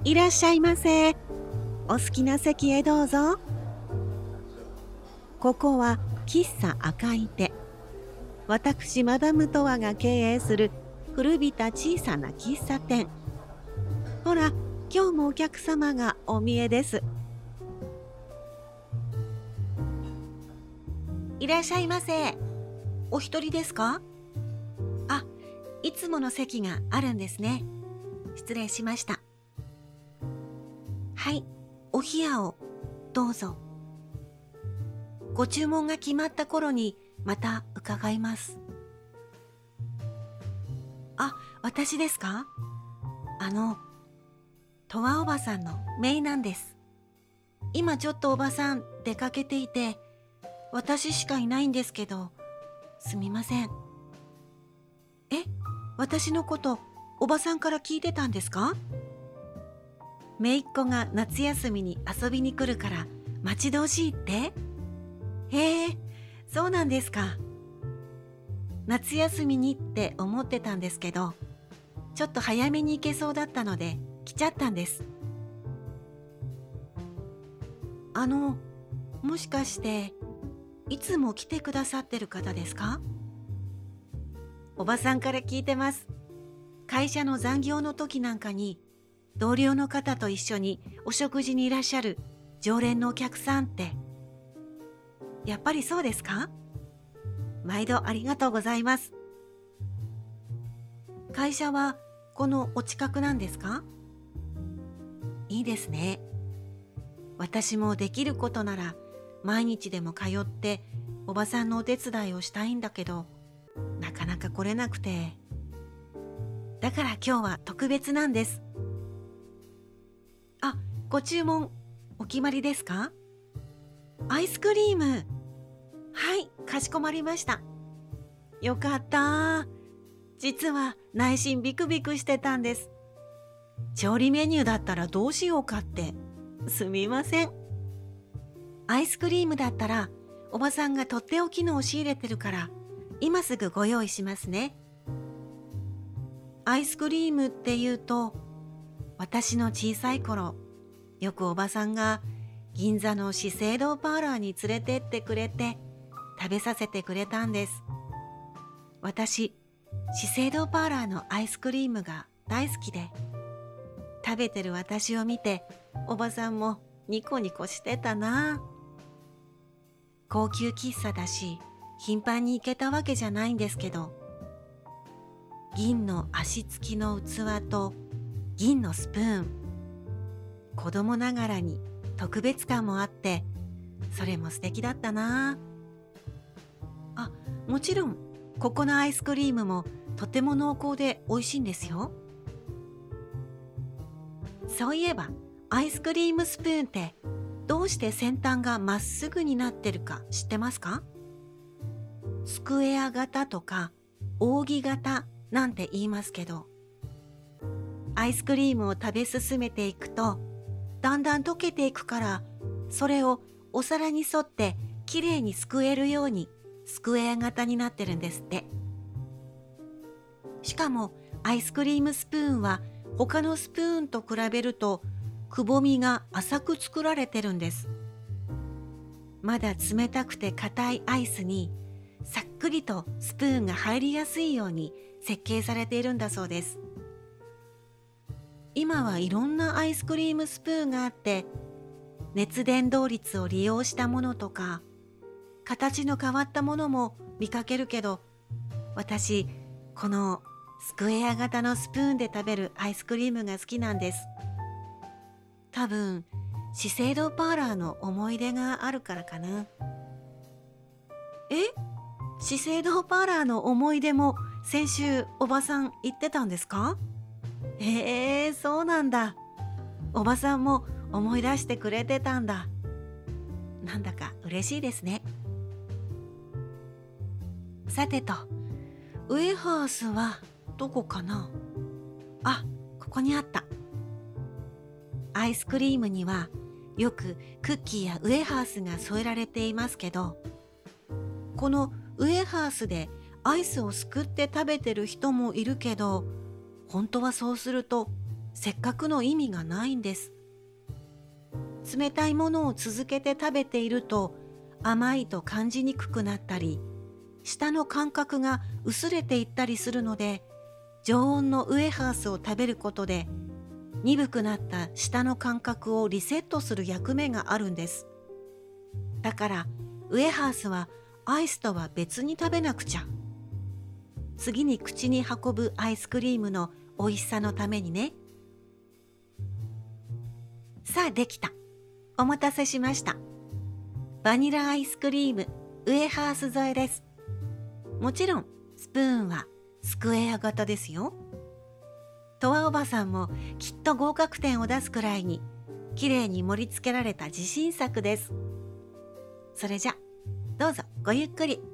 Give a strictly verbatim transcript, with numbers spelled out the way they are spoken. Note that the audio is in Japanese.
いらっしゃいませ。お好きな席へどうぞ。ここは喫茶赤い手。私マダムトワが経営する古びた小さな喫茶店。ほら、今日もお客様がお見えです。いらっしゃいませ。お一人ですか？あ、いつもの席があるんですね。失礼しました。はい、お冷やをどうぞ。ご注文が決まった頃にまた伺います。あ、私ですか？あの、とわおばさんのメイなんです。今ちょっとおばさん出かけていて、私しかいないんですけど、すみません。え、私のことおばさんから聞いてたんですか？姪っ子が夏休みに遊びに来るから待ち遠しいって？へえ、そうなんですか。夏休みにって思ってたんですけど、ちょっと早めに行けそうだったので来ちゃったんです。あの、もしかしていつも来てくださってる方ですか？おばさんから聞いてます。会社の残業の時なんかに同僚の方と一緒にお食事にいらっしゃる常連のお客さんって。やっぱりそうですか？毎度ありがとうございます。会社はこのお近くなんですか？いいですね。私もできることなら毎日でも通っておばさんのお手伝いをしたいんだけど、なかなか来れなくて。だから今日は特別なんです。あ、ご注文お決まりですか？アイスクリーム。はい、かしこまりました。よかった。実は内心ビクビクしてたんです。調理メニューだったらどうしようかって。すみません。アイスクリームだったらおばさんがとっておきのを仕入れてるから今すぐご用意しますね。アイスクリームっていうと、私の小さい頃よくおばさんが銀座の資生堂パーラーに連れてってくれて食べさせてくれたんです。私、資生堂パーラーのアイスクリームが大好きで、食べてる私を見ておばさんもニコニコしてたな。高級喫茶だし頻繁に行けたわけじゃないんですけど、銀の足つきの器と銀のスプーン、子供ながらに特別感もあって、それも素敵だったな。あ、もちろんここのアイスクリームもとても濃厚で美味しいんですよ。そういえばアイスクリームスプーンってどうして先端がまっすぐになってるか知ってますか？スクエア型とか扇形なんて言いますけど、アイスクリームを食べ進めていくとだんだん溶けていくから、それをお皿に沿ってきれいにすくえるようにスクエア型になってるんですって。しかもアイスクリームスプーンは他のスプーンと比べるとくぼみが浅く作られてるんです。まだ冷たくて硬いアイスにさっくりとスプーンが入りやすいように設計されているんだそうです。今はいろんなアイスクリームスプーンがあって、熱伝導率を利用したものとか形の変わったものも見かけるけど、私このスクエア型のスプーンで食べるアイスクリームが好きなんです。多分資生堂パーラーの思い出があるからかな。え、資生堂パーラーの思い出も先週おばさん言ってたんですか？へえ、そうなんだ。おばさんも思い出してくれてたんだ。なんだか嬉しいですね。さてと、ウエハースはどこかな？あ、ここにあった。アイスクリームにはよくクッキーやウエハースが添えられていますけど、このウエハースでアイスをすくって食べてる人もいるけど、本当はそうするとせっかくの意味がないんです。冷たいものを続けて食べていると甘いと感じにくくなったり、舌の感覚が薄れていったりするので、常温のウエハースを食べることで鈍くなった舌の感覚をリセットする役目があるんです。だからウエハースはアイスとは別に食べなくちゃ。次に口に運ぶアイスクリームの美味しさのためにね。さあできた。お待たせしました。バニラアイスクリームウエハース添えです。もちろんスプーンはスクエア型ですよ。とわおばさんもきっと合格点を出すくらいにきれいに盛り付けられた自信作です。それじゃどうぞごゆっくり。